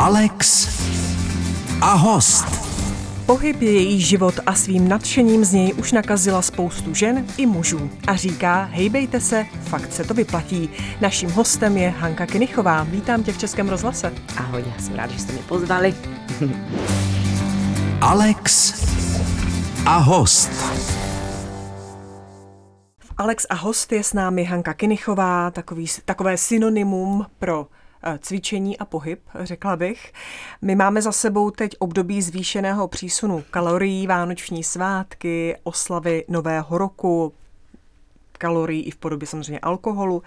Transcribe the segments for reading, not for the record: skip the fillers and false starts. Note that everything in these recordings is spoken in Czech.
Alex a host. Pohyb je její život a svým nadšením z něj už nakazila spoustu žen i mužů. A říká, hejbejte se, fakt se to vyplatí. Naším hostem je Hanka Kynichová. Vítám tě v Českém rozhlase. Ahoj, já jsem ráda, že jste mě pozvali. Alex a host. Alex a host je s námi Hanka Kynichová, takové synonymum pro cvičení a pohyb, řekla bych. My máme za sebou teď období zvýšeného přísunu kalorií, vánoční svátky, oslavy Nového roku, kalorií i v podobě samozřejmě alkoholu,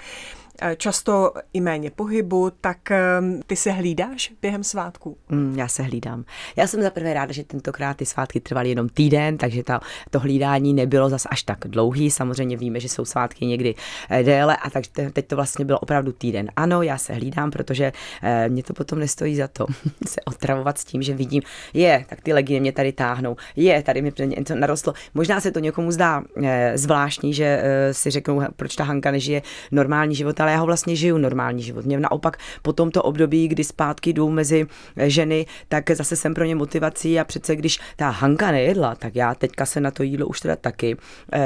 často i méně pohybu, tak ty se hlídáš během svátků? Já se hlídám. Já jsem za prvé ráda, že tentokrát ty svátky trvaly jenom týden, takže to hlídání nebylo zas až tak dlouhý. Samozřejmě víme, že jsou svátky někdy déle, a takže teď to vlastně bylo opravdu týden. Ano, já se hlídám, protože mě to potom nestojí za to se otravovat s tím, že vidím, tak ty legie mě tady táhnou, tady mi něco narostlo. Možná se to někomu zdá zvláštní, že si řeknou, proč ta Hanka nežije normální život, ale já ho vlastně žiju normální život. Mě naopak po tomto období, kdy zpátky jdou mezi ženy, tak zase jsem pro ně motivací, a přece když ta Hanka nejedla, tak já teďka se na to jídlo už teda taky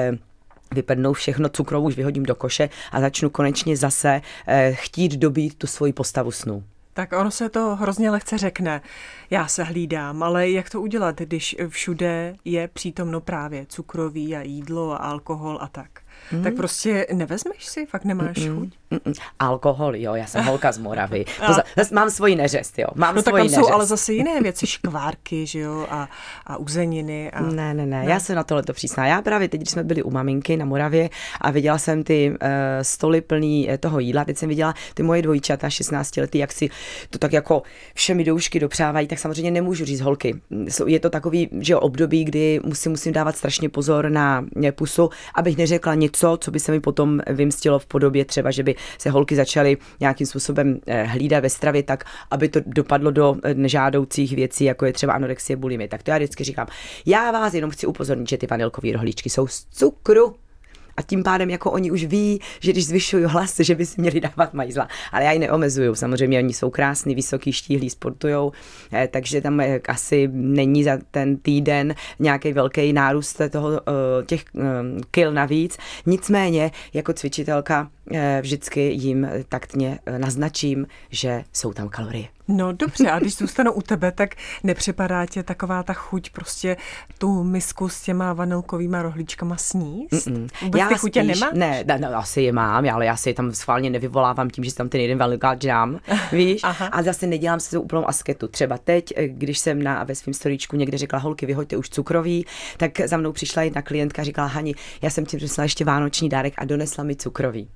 vypadnou všechno, cukrovou už vyhodím do koše a začnu konečně zase chtít dobít tu svoji postavu snu. Tak ono se to hrozně lehce řekne, já se hlídám, ale jak to udělat, když všude je přítomno právě cukroví a jídlo a alkohol a tak? Tak prostě nevezmeš si, fakt nemáš chuť? Alkohol, jo, já jsem holka z Moravy. Mám svoji neřest, jo. No tak tam jsou ale zase jiné věci, škvárky, že jo, a uzeniny. Ne, já jsem na tohleto přísná. Já právě teď, když jsme byli u maminky na Moravě a viděla jsem ty stoly plný toho jídla, teď jsem viděla ty moje dvojčata, 16letý, jak si to tak jako všemi doušky dopřávají, tak samozřejmě nemůžu říct holky. Je to takový, že období, kdy musím dávat strašně pozor na pusu, abych neřekla něco, co by se mi potom vymstilo v podobě třeba, že by se holky začaly nějakým způsobem hlídat ve stravě tak, aby to dopadlo do nežádoucích věcí, jako je třeba anorexie, bulimie. Tak to já vždycky říkám. Já vás jenom chci upozornit, že ty vanilkové rohlíčky jsou z cukru. A tím pádem jako oni už ví, že když zvyšuju hlas, že by si měli dávat majzla. Ale já ji neomezuju. Samozřejmě oni jsou krásný, vysoký, štíhlí, sportujou, takže tam asi není za ten týden nějaký velký nárůst těch kil navíc. Nicméně jako cvičitelka vždycky jim taktně naznačím, že jsou tam kalorie. No dobře, a když zůstanu u tebe, tak nepřipadá tě taková ta chuť prostě tu misku s těma vanilkovýma rohlíčkama sníst? Vůbec ty chutě nemáš? Ne, asi je mám, ale já si je tam schválně nevyvolávám tím, že si tam ten jeden vanilkáč dám, víš? A zase nedělám si to úplnou asketu. Třeba teď, když jsem ve svým storíčku někde řekla, holky, vyhoďte už cukroví, tak za mnou přišla jedna klientka a říkala, Hani, já jsem ti přinesla ještě vánoční dárek a donesla mi cukroví.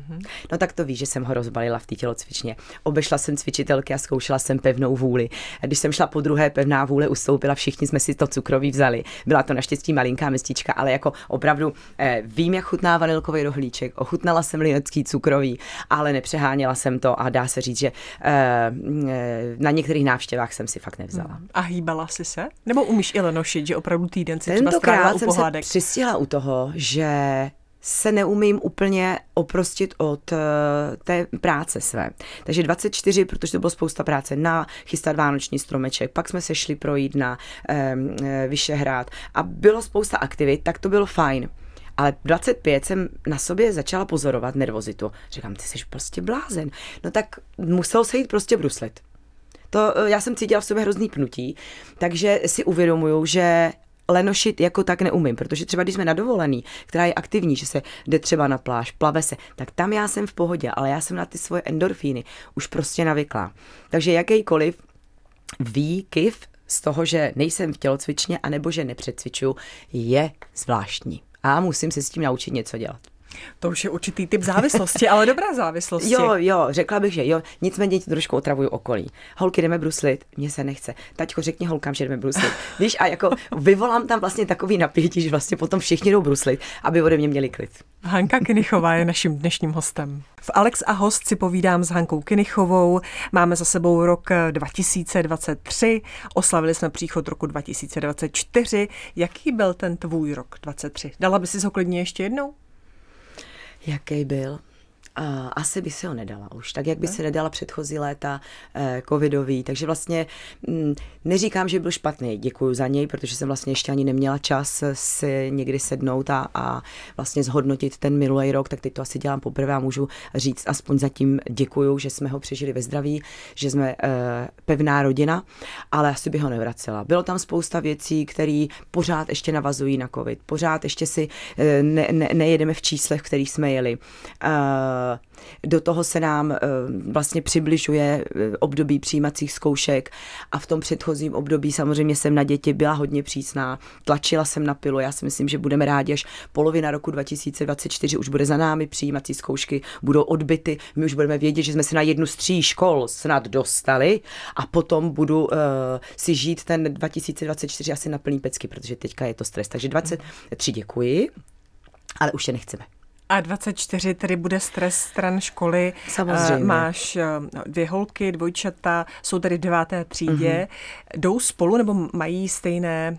No tak to víš, že jsem ho rozbalila v té tělocvičně. Obešla jsem cvičitelky a zkoušela jsem pevnou vůli. A když jsem šla po druhé, pevná vůle ustoupila, všichni jsme si to cukroví vzali. Byla to naštěstí malinká mistička, ale jako opravdu vím, jak chutná vanilkový rohlíček, ochutnala jsem linecký cukroví, ale nepřeháněla jsem to a dá se říct, že na některých návštěvách jsem si fakt nevzala. A hýbala jsi se? Nebo umíš i lenošit, že opravdu týden si třeba strávila u pohádek? Tentokrát jsem se přistihla u toho, že se neumím úplně oprostit od té práce své. Takže 24, protože to bylo spousta práce, chystat vánoční stromeček, pak jsme se šli projít na Vyšehrad a bylo spousta aktivit, tak to bylo fajn. Ale 25 jsem na sobě začala pozorovat nervozitu. Říkám, ty jsi prostě blázen. No tak musel se jít prostě bruslit. Já jsem cítila v sobě hrozný pnutí, takže si uvědomuju, že lenošit jako tak neumím, protože třeba když jsme na dovolený, která je aktivní, že se jde třeba na pláž, plave se, tak tam já jsem v pohodě, ale já jsem na ty svoje endorfíny už prostě navyklá. Takže jakýkoliv výkyv z toho, že nejsem v tělocvičně anebo že nepředcvičuju, je zvláštní. A musím se s tím naučit něco dělat. To už je určitý typ závislosti, ale dobrá závislosti. Jo, řekla bych, že jo. Nicméně ti trošku otravuju okolí. Holky, jdeme bruslit, mně se nechce. Taťko, řekni holkám, že jdeme bruslit. Víš, a jako vyvolám tam vlastně takový napětí, že vlastně potom všichni jdou bruslit, aby ode mě měli klid. Hanka Kynichová je naším dnešním hostem. V Alex a host si povídám s Hankou Kynichovou. Máme za sebou rok 2023, oslavili jsme příchod roku 2024. Jaký byl ten tvůj rok 2023? Dala by si ho klidně ještě jednou? Jaký byl? Asi by se ho nedala už, tak jak by se nedala předchozí léta covidový, takže vlastně neříkám, že byl špatný, děkuju za něj, protože jsem vlastně ještě ani neměla čas si někdy sednout a vlastně zhodnotit ten minulý rok, tak teď to asi dělám poprvé a můžu říct aspoň zatím děkuju, že jsme ho přežili ve zdraví, že jsme pevná rodina, ale asi bych ho nevracela. Bylo tam spousta věcí, které pořád ještě navazují na covid, pořád ještě si nejedeme v číslech, v kterých jsme jeli. Do toho se nám vlastně přibližuje období přijímacích zkoušek a v tom předchozím období samozřejmě jsem na děti byla hodně přísná, tlačila jsem na pilu, já si myslím, že budeme rádi, až polovina roku 2024 už bude za námi, přijímací zkoušky budou odbyty, my už budeme vědět, že jsme se na jednu z 3 škol snad dostali a potom budu si žít ten 2024 asi na plný pecky, protože teďka je to stres, takže 23 děkuji, ale už je nechceme. A 24 tedy bude stres stran školy. Samozřejmě. Máš 2 holky, dvojčata, jsou tedy v 9. třídě. Jdou spolu nebo mají stejné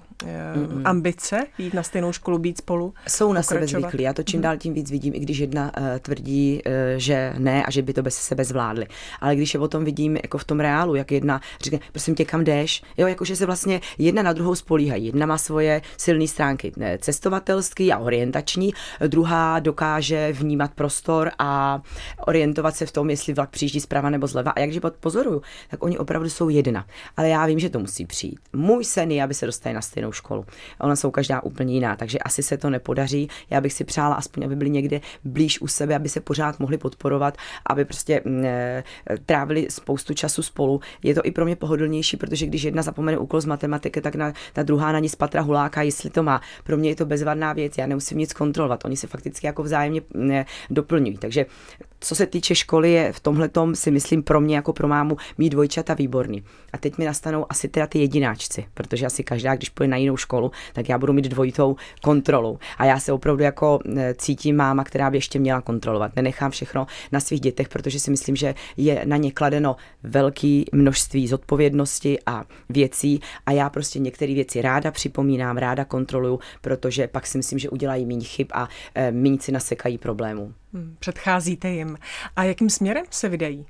ambice jít na stejnou školu, být spolu? Jsou na sebe zvyklí. Já to čím dál tím víc vidím, i když jedna tvrdí, že ne a že by to bez sebe zvládli. Ale když je o tom vidím jako v tom reálu, jak jedna říká, prosím tě, kam jdeš? Jo, jakože se vlastně jedna na druhou spolíhají. Jedna má svoje silné stránky cestovatelský a orientační, druhá dokáže vnímat prostor a orientovat se v tom, jestli vlak přijíždí zprava nebo zleva. A jakže pozoruju, tak oni opravdu jsou jedna. Ale já vím, že to musí přijít. Můj sen je, aby se dostali na stejnou školu. Ona jsou každá úplně jiná, takže asi se to nepodaří. Já bych si přála aspoň, aby byli někde blíž u sebe, aby se pořád mohli podporovat, aby prostě trávili spoustu času spolu. Je to i pro mě pohodlnější, protože když jedna zapomene úkol z matematiky, tak ta druhá na ní z patra huláka, jestli to má. Pro mě je to bezvadná věc, já nemusím nic kontrolovat. Oni se fakticky jako vzájemně doplňují. Takže co se týče školy, je v tomhletom si myslím pro mě jako pro mámu mít dvojčata výborný. A teď mi nastanou asi teda ty jedináčci, protože asi každá, když půjde na jinou školu, tak já budu mít dvojitou kontrolu. A já se opravdu jako cítím máma, která by ještě měla kontrolovat. Nenechám všechno na svých dětech, protože si myslím, že je na ně kladeno velké množství zodpovědnosti a věcí a já prostě některé věci ráda připomínám, ráda kontroluju, protože pak si myslím, že udělají méně chyb a méně si nasekají problémů. Předcházíte jim. A jakým směrem se vydají?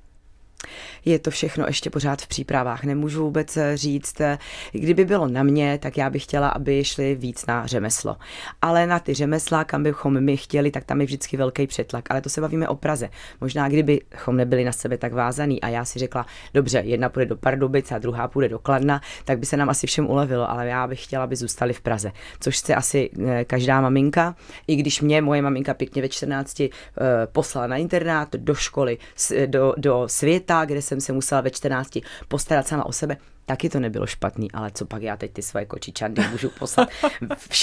Je to všechno ještě pořád v přípravách. Nemůžu vůbec říct, kdyby bylo na mě, tak já bych chtěla, aby šli víc na řemeslo. Ale na ty řemesla, kam bychom my chtěli, tak tam je vždycky velký přetlak. Ale to se bavíme o Praze. Možná kdybychom nebyli na sebe tak vázaný a já si řekla, dobře, jedna půjde do Pardubic a druhá půjde do Kladna, tak by se nám asi všem ulevilo, ale já bych chtěla, aby zůstali v Praze. Což chce asi každá maminka, i když mě moje maminka pěkně ve 14 poslala na internát, do školy, do světa, kde jsem se musela ve 14 postarat sama o sebe, taky to nebylo špatný, ale co pak já teď ty svoje kočičandy můžu poslat v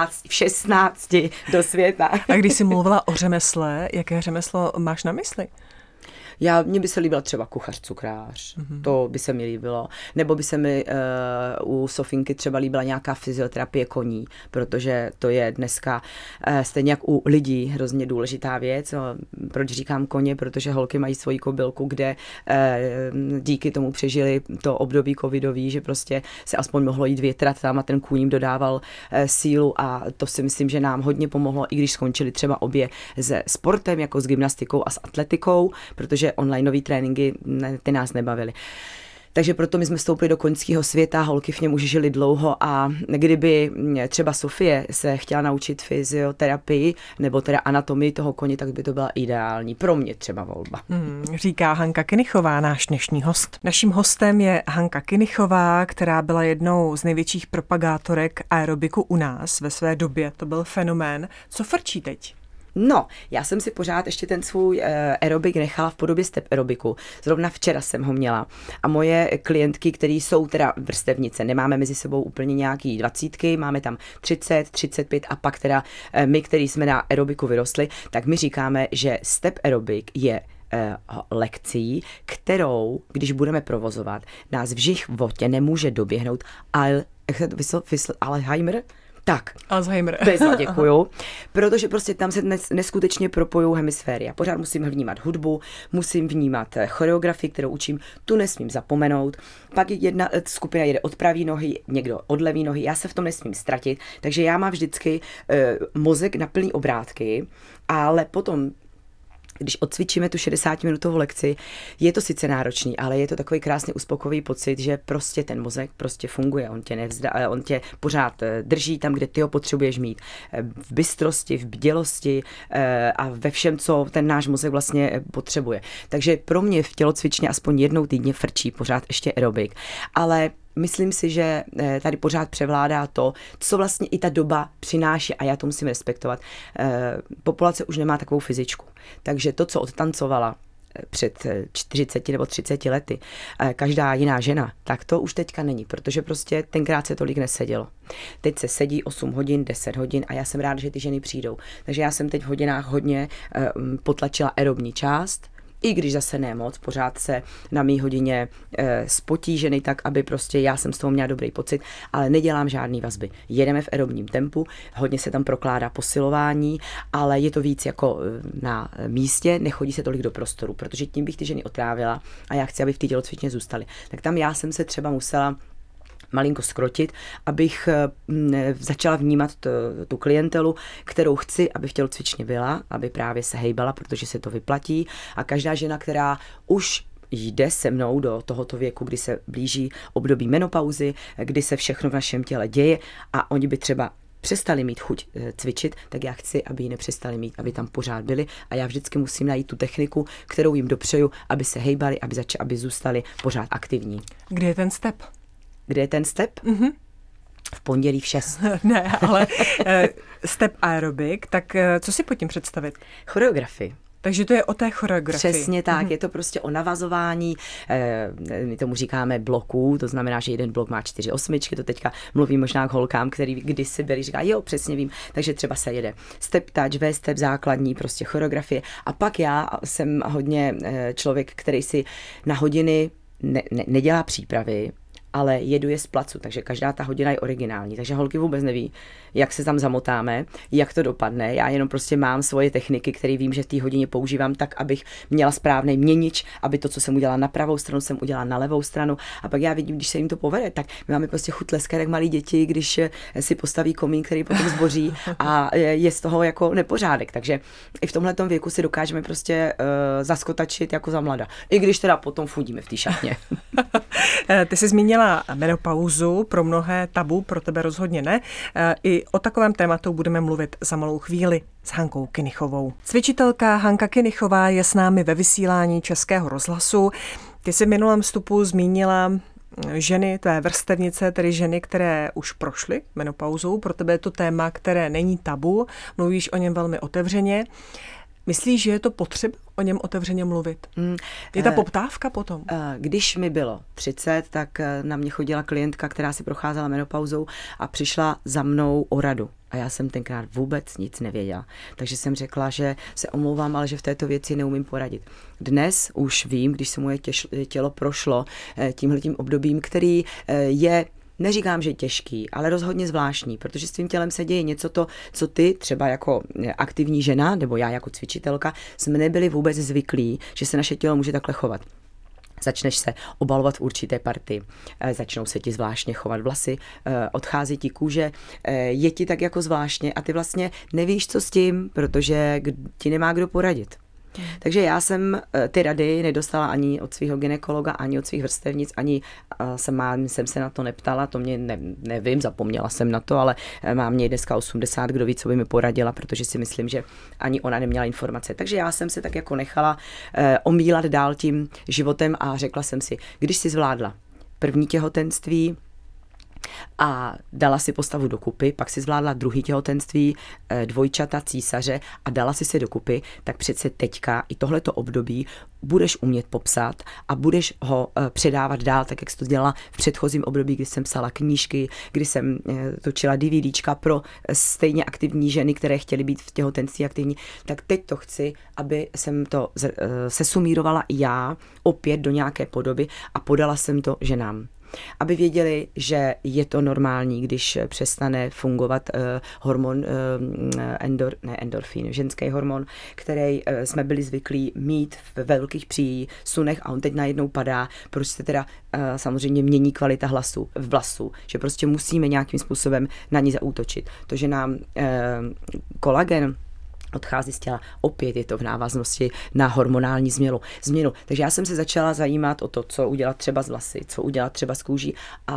16 do světa. A když jsi mluvila o řemesle, jaké řemeslo máš na mysli? Mně by se líbila třeba kuchař, cukrář, to by se mi líbilo. Nebo by se mi u Sofinky třeba líbila nějaká fyzioterapie koní, protože to je dneska stejně jak u lidí hrozně důležitá věc. Proč říkám koně? Protože holky mají svoji kobylku, kde díky tomu přežili to období covidový, že prostě se aspoň mohlo jít větrat tam a ten kůň jim dodával sílu a to si myslím, že nám hodně pomohlo, i když skončili třeba obě se sportem, jako s gymnastikou a s atletikou, protože onlineové tréninky ty nás nebavily. Takže proto my jsme vstoupili do koňského světa, holky v něm už žili dlouho a kdyby třeba Sofie se chtěla naučit fyzioterapii nebo teda anatomii toho koně, tak by to byla ideální. Pro mě třeba volba. Říká Hanka Kynichová, náš dnešní host. Naším hostem je Hanka Kynichová, která byla jednou z největších propagátorek aerobiku u nás ve své době. To byl fenomén. Co frčí teď? No, já jsem si pořád ještě ten svůj aerobik nechala v podobě step aerobiku. Zrovna včera jsem ho měla. A moje klientky, které jsou teda vrstevnice, nemáme mezi sebou úplně nějaký 20, máme tam 30, 35 a pak teda my, který jsme na aerobiku vyrostli, tak my říkáme, že step aerobik je lekcí, kterou, když budeme provozovat, nás v životě nemůže doběhnout Alzheimer. Tak, Alzheimer. Bezva, děkuju. Protože prostě tam se neskutečně propojují hemisféry. Já pořád musím vnímat hudbu, musím vnímat choreografii, kterou učím, tu nesmím zapomenout. Pak jedna skupina jede od pravé nohy, někdo od levé nohy, já se v tom nesmím ztratit, takže já mám vždycky mozek na plný obrátky, ale potom když odcvičíme tu 60-minutovou lekci, je to sice náročný, ale je to takový krásný uspokojivý pocit, že prostě ten mozek prostě funguje, on tě pořád drží tam, kde ty ho potřebuješ mít. V bystrosti, v bdělosti a ve všem, co ten náš mozek vlastně potřebuje. Takže pro mě v tělocvičně aspoň jednou týdně frčí pořád ještě aerobik, ale myslím si, že tady pořád převládá to, co vlastně i ta doba přináší a já to musím respektovat. Populace už nemá takovou fyzičku, takže to, co odtancovala před 40 nebo 30 lety každá jiná žena, tak to už teďka není, protože prostě tenkrát se tolik nesedělo. Teď se sedí 8 hodin, 10 hodin a já jsem ráda, že ty ženy přijdou. Takže já jsem teď v hodinách hodně potlačila aerobní část, i když zase ne moc, pořád se na mý hodině spotí ženy tak, aby prostě já jsem z toho měla dobrý pocit, ale nedělám žádný vazby. Jedeme v aerobním tempu, hodně se tam prokládá posilování, ale je to víc jako na místě, nechodí se tolik do prostoru, protože tím bych ty ženy otrávila a já chci, aby v té tělocvičně zůstaly. Tak tam já jsem se třeba musela malinko skrotit, abych začala vnímat tu klientelu, kterou chci, aby v tělocvičně byla, aby právě se hejbala, protože se to vyplatí. A každá žena, která už jde se mnou do tohoto věku, kdy se blíží období menopauzy, kdy se všechno v našem těle děje a oni by třeba přestali mít chuť cvičit, tak já chci, aby ji nepřestali mít, aby tam pořád byli a já vždycky musím najít tu techniku, kterou jim dopřeju, aby se hejbali, aby zůstali pořád aktivní. Kde je ten step? Kde je ten step? Mm-hmm. V pondělí v 6. Ne, ale step aerobik, tak co si pod tím představit? Choreografii. Takže to je o té choreografii. Přesně tak, je to prostě o navazování, my tomu říkáme bloků, to znamená, že jeden blok má 4 osmičky, to teďka mluvím možná k holkám, který kdysi byli, říká, jo, přesně vím, takže třeba se jede step touch, V-step, základní prostě choreografie a pak já jsem hodně člověk, který si na hodiny nedělá přípravy, ale jedu je z placu, takže každá ta hodina je originální, takže holky vůbec neví, jak se tam zamotáme, jak to dopadne, já jenom prostě mám svoje techniky, které vím, že v té hodině používám tak, abych měla správný měnič, aby to, co jsem udělala na pravou stranu, jsem udělala na levou stranu a pak já vidím, když se jim to povede, tak my máme prostě chuť tleskat jak malí děti, když si postaví komín, který potom zboří a je z toho jako nepořádek, takže i v tomhletom věku si dokážeme prostě zaskotačit jako za mlada, i když teda potom fudíme v té šatně. Ty jsi zmínila menopauzu, pro mnohé tabu, pro tebe rozhodně ne. I o takovém tématu budeme mluvit za malou chvíli s Hankou Kynichovou. Cvičitelka Hanka Kynichová je s námi ve vysílání Českého rozhlasu. Ty jsi v minulém vstupu zmínila ženy, tvé vrstevnice, tedy ženy, které už prošly menopauzou. Pro tebe je to téma, které není tabu, mluvíš o něm velmi otevřeně. Myslíš, že je to potřeba o něm otevřeně mluvit? Je ta poptávka potom? Když mi bylo 30, tak na mě chodila klientka, která si procházela menopauzou a přišla za mnou o radu. A já jsem tenkrát vůbec nic nevěděla. Takže jsem řekla, že se omlouvám, ale že v této věci neumím poradit. Dnes už vím, když se moje tělo prošlo tímhletím obdobím, který je, neříkám, že těžký, ale rozhodně zvláštní, protože s tvým tělem se děje něco to, co ty třeba jako aktivní žena, nebo já jako cvičitelka, jsme nebyli vůbec zvyklí, že se naše tělo může takhle chovat. Začneš se obalovat v určité partii, začnou se ti zvláštně chovat vlasy, odchází ti kůže, je ti tak jako zvláštně a ty vlastně nevíš, co s tím, protože ti nemá kdo poradit. Takže já jsem ty rady nedostala ani od svého gynekologa, ani od svých vrstevnic, ani jsem se na to neptala, to mě nevím, zapomněla jsem na to, ale mám mě dneska 80, kdo ví, co by mi poradila, protože si myslím, že ani ona neměla informace. Takže já jsem se tak jako nechala omílat dál tím životem a řekla jsem si, když si zvládla první těhotenství, a dala si postavu dokupy, pak si zvládla druhý těhotenství, dvojčata, císaře a dala si se dokupy, tak přece teďka i tohleto období budeš umět popsat a budeš ho předávat dál, tak jak jsi to dělala v předchozím období, kdy jsem psala knížky, kdy jsem točila DVDčka pro stejně aktivní ženy, které chtěly být v těhotenství aktivní, tak teď to chci, aby jsem to sesumírovala i já opět do nějaké podoby a podala jsem to ženám. Aby věděli, že je to normální, když přestane fungovat hormon endorfin, ženský hormon, který jsme byli zvyklí mít ve velkých přísunech a on teď najednou padá, proč se teda samozřejmě mění kvalita vlasu, že prostě musíme nějakým způsobem na ní zaútočit. To, že nám kolagen odchází z těla. Opět je to v návaznosti na hormonální změnu. Takže já jsem se začala zajímat o to, co udělat třeba z vlasy, co udělat třeba z kůží,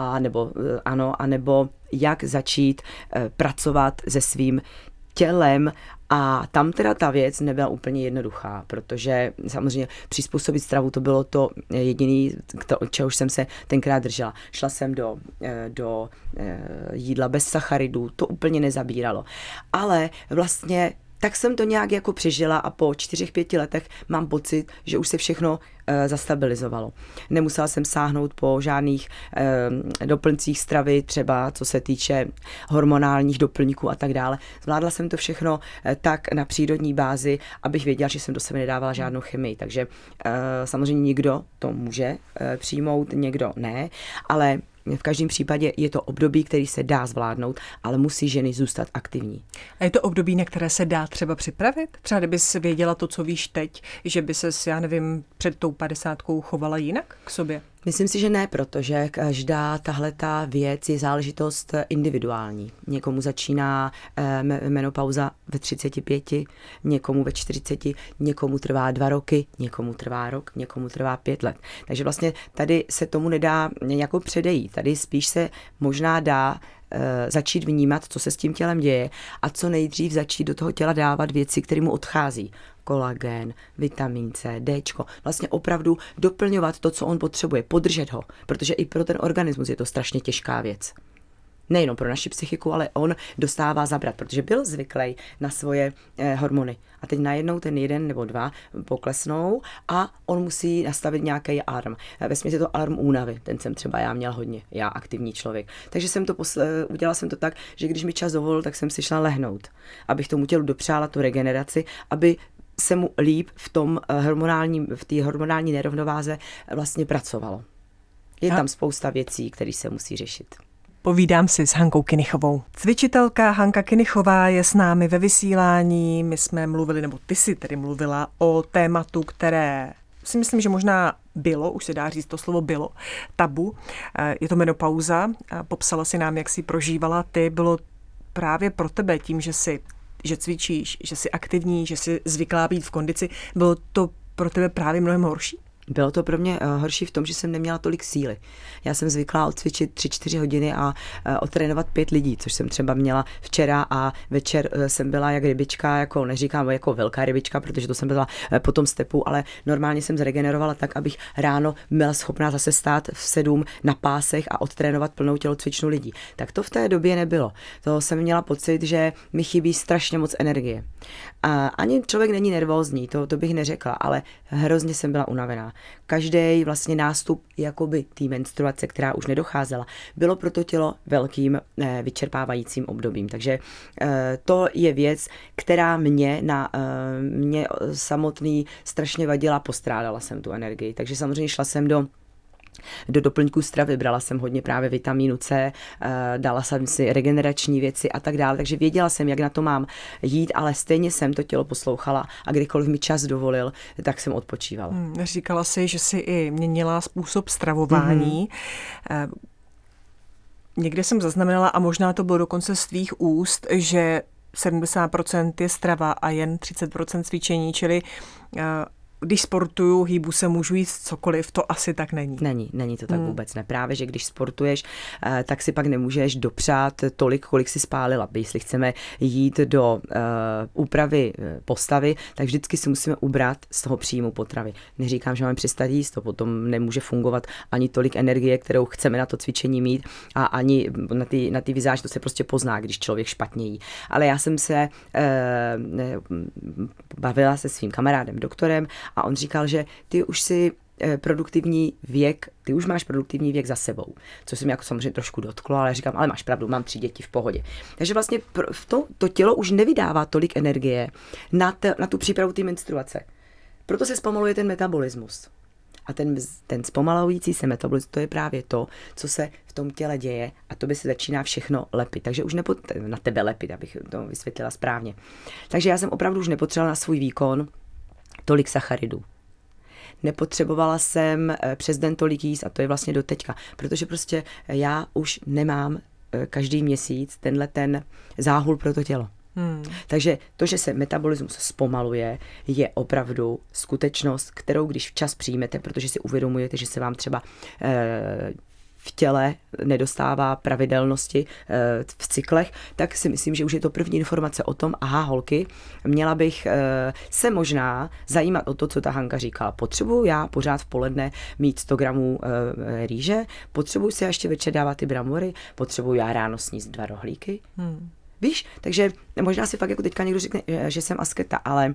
anebo jak začít pracovat se svým tělem. A tam teda ta věc nebyla úplně jednoduchá, protože samozřejmě přizpůsobit stravu, to bylo to jediné, čehož jsem se tenkrát držela. Šla jsem do jídla bez sacharidů, to úplně nezabíralo. Ale vlastně tak jsem to nějak jako přežila a po 4-5 letech mám pocit, že už se všechno zastabilizovalo. Nemusela jsem sáhnout po žádných doplňcích stravy, třeba co se týče hormonálních doplňků a tak dále. Zvládla jsem to všechno tak na přírodní bázi, abych věděla, že jsem do sebe nedávala žádnou chemii. Takže samozřejmě někdo to může přijmout, někdo ne, ale v každém případě je to období, který se dá zvládnout, ale musí ženy zůstat aktivní. A je to období, na které se dá třeba připravit? Třeba kdybys věděla to, co víš teď, že by ses, já nevím, před tou 50 chovala jinak k sobě? Myslím si, že ne, protože každá tahleta věc je záležitost individuální. Někomu začíná menopauza ve 35, někomu ve 40, někomu trvá 2 roky, někomu trvá rok, někomu trvá 5 let. Takže vlastně tady se tomu nedá nějakou předejít. Tady spíš se možná dá začít vnímat, co se s tím tělem děje a co nejdřív začít do toho těla dávat věci, které mu odchází. Kolagen, vitamin C, Dčko. Vlastně opravdu doplňovat to, co on potřebuje, podržet ho, protože i pro ten organismus je to strašně těžká věc. Nejenom pro naši psychiku, ale on dostává zabrat, protože byl zvyklý na svoje hormony. A teď najednou ten 1 nebo 2 poklesnou a on musí nastavit nějaký alarm. Vesměs je to alarm únavy, ten jsem třeba já měl hodně, já aktivní člověk. Takže udělala jsem to tak, že když mi čas dovolil, tak jsem si šla lehnout, abych tomu tělu dopřála tu regeneraci, aby se mu líp v té hormonální nerovnováze vlastně pracovalo. Je tam spousta věcí, které se musí řešit. Povídám si s Hankou Kynichovou. Cvičitelka Hanka Kynichová je s námi ve vysílání. My jsme mluvili, nebo ty jsi tedy mluvila o tématu, které si myslím, že možná bylo, už se dá říct to slovo bylo, tabu. Je to menopauza. Popsala si nám, jak jsi prožívala ty. Bylo právě pro tebe tím, že cvičíš, že jsi aktivní, že jsi zvyklá být v kondici, bylo to pro tebe právě mnohem horší? Bylo to pro mě horší v tom, že jsem neměla tolik síly. Já jsem zvyklá odcvičit 3-4 hodiny a odtrénovat 5 lidí, což jsem třeba měla včera a večer jsem byla jak rybička, jako neříkám jako velká rybička, protože to jsem byla po tom stepu, ale normálně jsem zregenerovala tak, abych ráno byla schopná zase stát v 7 na pásech a odtrénovat plnou tělocvičnu lidí. Tak to v té době nebylo. To jsem měla pocit, že mi chybí strašně moc energie. A ani člověk není nervózní, to bych neřekla, ale hrozně jsem byla unavená. Každý vlastně nástup jakoby té menstruace, která už nedocházela, bylo pro to tělo velkým vyčerpávajícím obdobím. Takže to je věc, která mě samotný strašně vadila, postrádala jsem tu energii. Takže samozřejmě šla jsem do doplňků stravy, brala jsem hodně právě vitamínu C, dala jsem si regenerační věci a tak dále, takže věděla jsem, jak na to mám jít, ale stejně jsem to tělo poslouchala a kdykoliv mi čas dovolil, tak jsem odpočívala. Říkala jsi, že jsi i měnila způsob stravování. Někde jsem zaznamenala, a možná to bylo dokonce z tvých úst, že 70% je strava a jen 30% cvičení, čili když sportuju, hýbu se, můžu jíst cokoliv, to asi tak není. Není to tak vůbec ne. Právě, že když sportuješ, tak si pak nemůžeš dopřát tolik, kolik si spálila. Jestli chceme jít do úpravy postavy, tak vždycky si musíme ubrat z toho příjmu potravy. Neříkám, že máme přestat jíst, to potom nemůže fungovat ani tolik energie, kterou chceme na to cvičení mít a ani na ty vizáž, to se prostě pozná, když člověk špatně jí. Ale já jsem se bavila se svým kamarádem, doktorem, a on říkal, že ty už máš produktivní věk za sebou. Což se mi jako samozřejmě trošku dotklo, ale říkám, ale máš pravdu, mám 3 děti v pohodě. Takže vlastně to tělo už nevydává tolik energie na tu přípravu té menstruace. Proto se zpomaluje ten metabolismus. A ten zpomalující se metabolismus, to je právě to, co se v tom těle děje a to by se začíná všechno lepit. Takže už na tebe lepit, abych to vysvětlila správně. Takže já jsem opravdu už nepotřebovala na svůj výkon tolik sacharidů. Nepotřebovala jsem přes den tolik jíst a to je vlastně do teďka, protože prostě já už nemám každý měsíc ten záhul pro to tělo. Takže to, že se metabolismus zpomaluje, je opravdu skutečnost, kterou když včas přijmete, protože si uvědomujete, že se vám třeba v těle nedostává pravidelnosti v cyklech, tak si myslím, že už je to první informace o tom, aha, holky, měla bych se možná zajímat o to, co ta Hanka říkala. Potřebuju já pořád v poledne mít 100 gramů rýže, potřebuju si ještě večer dávat ty brambory, potřebuju já ráno sníst 2 rohlíky. Víš, takže možná si fakt jako teďka někdo řekne, že jsem asketa, ale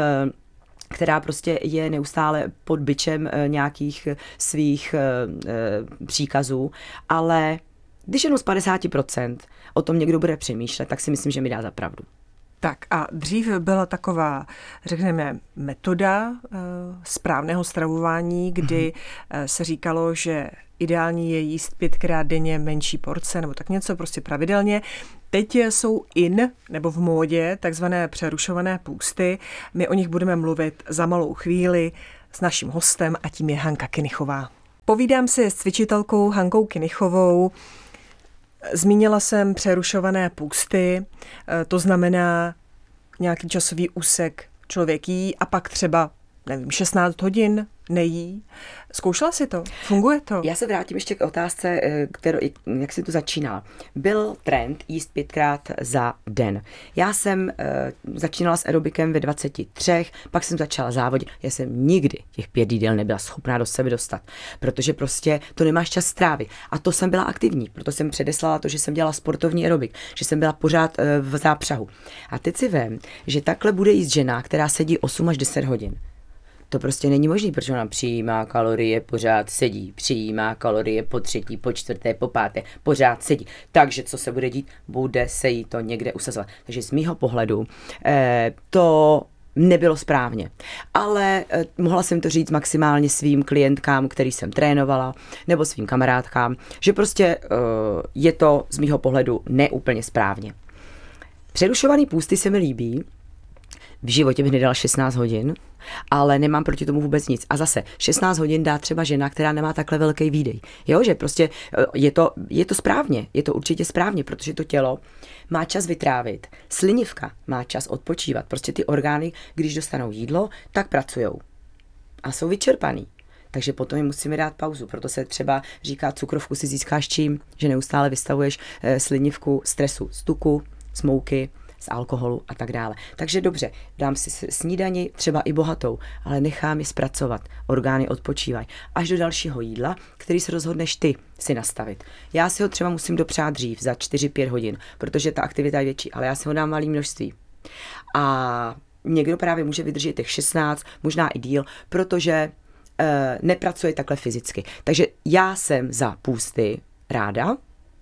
která prostě je neustále pod bičem nějakých svých příkazů, ale když jenom z 50% o tom někdo bude přemýšlet, tak si myslím, že mi dá za pravdu. Tak a dřív byla taková, řekněme, metoda správného stravování, kdy se říkalo, že ideální je jíst 5krát denně menší porce nebo tak něco, prostě pravidelně. Teď jsou nebo v módě takzvané přerušované půsty. My o nich budeme mluvit za malou chvíli s naším hostem a tím je Hanka Kynichová. Povídám si s cvičitelkou Hankou Kynichovou. Zmínila jsem přerušované půsty, to znamená nějaký časový úsek člověk jí a pak třeba, 16 hodin nejí. Zkoušela si to? Funguje to? Já se vrátím ještě k otázce, jak si to začínala. Byl trend jíst 5krát za den. Já jsem začínala s aerobikem ve 23, pak jsem začala závodit. Já jsem nikdy těch 5 jídel nebyla schopná do sebe dostat, protože prostě to nemáš čas strávit. A to jsem byla aktivní, proto jsem předeslala to, že jsem dělala sportovní aerobik, že jsem byla pořád v zápřahu. A teď si vem, že takhle bude jíst žena, která sedí 8 až 10 hodin. To prostě není možné, protože ona přijímá kalorie, pořád sedí, přijímá kalorie po 3., po 4., po 5., pořád sedí. Takže co se bude dít? Bude se jí to někde usazovat. Takže z mýho pohledu to nebylo správně. Ale mohla jsem to říct maximálně svým klientkám, který jsem trénovala, nebo svým kamarádkám, že prostě je to z mýho pohledu neúplně správně. Přerušovaný půsty se mi líbí. V životě bych nedala 16 hodin, ale nemám proti tomu vůbec nic. A zase 16 hodin dá třeba žena, která nemá takhle velký výdej. Jo, že prostě je to správně, je to určitě správně, protože to tělo má čas vytrávit. Slinivka má čas odpočívat. Prostě ty orgány, když dostanou jídlo, tak pracujou. A jsou vyčerpaný. Takže potom jim musíme dát pauzu. Proto se třeba říká, cukrovku si získáš čím, že neustále vystavuješ slinivku stresu z tuku, z mouky, z alkoholu a tak dále. Takže dobře, dám si snídani, třeba i bohatou, ale nechám ji zpracovat. Orgány odpočívají. Až do dalšího jídla, který se rozhodneš ty si nastavit. Já si ho třeba musím dopřát dřív, za 4-5 hodin, protože ta aktivita je větší, ale já si ho dám malý množství. A někdo právě může vydržet těch 16, možná i díl, protože nepracuje takhle fyzicky. Takže já jsem za půsty ráda,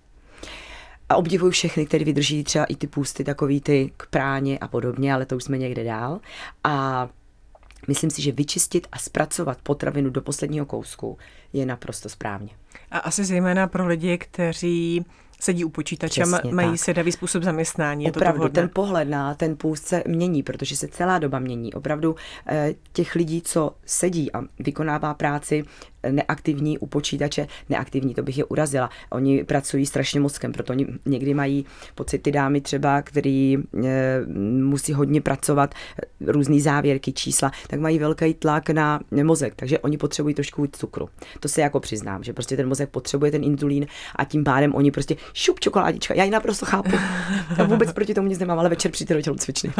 a obdivuju všechny, kteří vydrží třeba i ty půsty, takový ty k práně a podobně, ale to už jsme někde dál. A myslím si, že vyčistit a zpracovat potravinu do posledního kousku je naprosto správně. A asi zejména pro lidi, kteří sedí u počítače, mají sedavý způsob zaměstnání. Opravdu, ten pohled na ten půst se mění, protože se celá doba mění. Opravdu těch lidí, co sedí a vykonává práci neaktivní u počítače, neaktivní, to bych je urazila. Oni pracují strašně mozkem, proto oni někdy mají pocit, ty dámy třeba, který musí hodně pracovat, různý závěrky, čísla, tak mají velký tlak na mozek, takže oni potřebují trošku cukru. To se jako přiznám, že prostě ten mozek potřebuje ten inzulín a tím pádem oni prostě šup čokoládička. Já ji naprosto chápu. Já vůbec proti tomu nic nemám, ale večer přijďte do tělocvičny.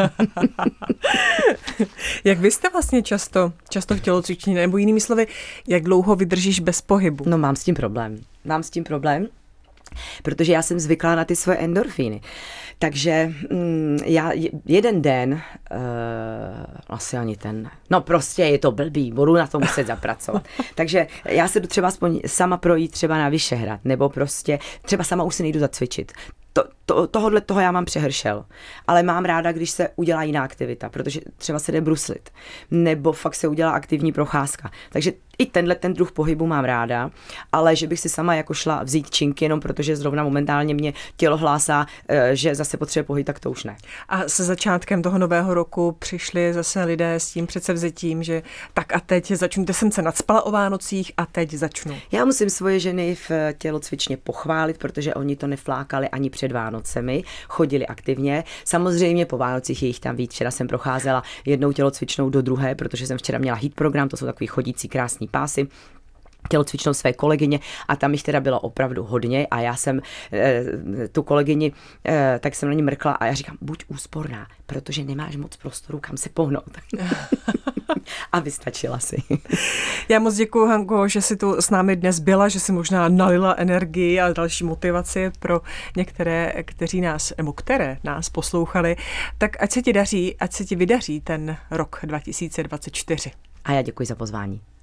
Jak vy jste vlastně často v tělocvičně, nebo jinými slovy, jak dlouho vydržíš bez pohybu? No mám s tím problém, protože já jsem zvyklá na ty svoje endorfíny. Takže já jeden den, asi ani ten, no prostě je to blbý, budu na to muset zapracovat. Takže já se jdu třeba aspoň sama projít třeba na Vyšehrad, nebo prostě třeba sama už si nejdu zacvičit. Tohodle toho já mám přehršel, ale mám ráda, když se udělá jiná aktivita, protože třeba se jde bruslit, nebo fakt se udělá aktivní procházka. Takže i ten druh pohybu mám ráda, ale že bych si sama jako šla vzít činky jenom protože zrovna momentálně mě tělo hlásá, že zase potřebuje pohyb, tak to už ne. A se začátkem toho nového roku přišli zase lidé s tím předsevzetím, že tak a teď začnu, teď jsem se nacpala o Vánocích a teď začnu. Já musím svoje ženy v tělocvičně pochválit, protože oni to neflákali ani před Vánocemi, chodili aktivně. Samozřejmě po Vánocích je jich tam víc. Včera jsem procházela jednou tělocvičnou do druhé, protože jsem včera měla HIIT program, to jsou takový chodící krásný pásy, tělocvičnou své kolegyně a tam jich teda bylo opravdu hodně a já jsem tu kolegyni, tak jsem na ní mrkla a já říkám, buď úsporná, protože nemáš moc prostoru, kam se pohnout. A vystačila si. Já moc děkuju, Hanko, že jsi tu s námi dnes byla, že jsi možná nalila energii a další motivaci pro některé, které nás poslouchali. Tak ať se ti daří, ať se ti vydaří ten rok 2024. A já děkuji za pozvání.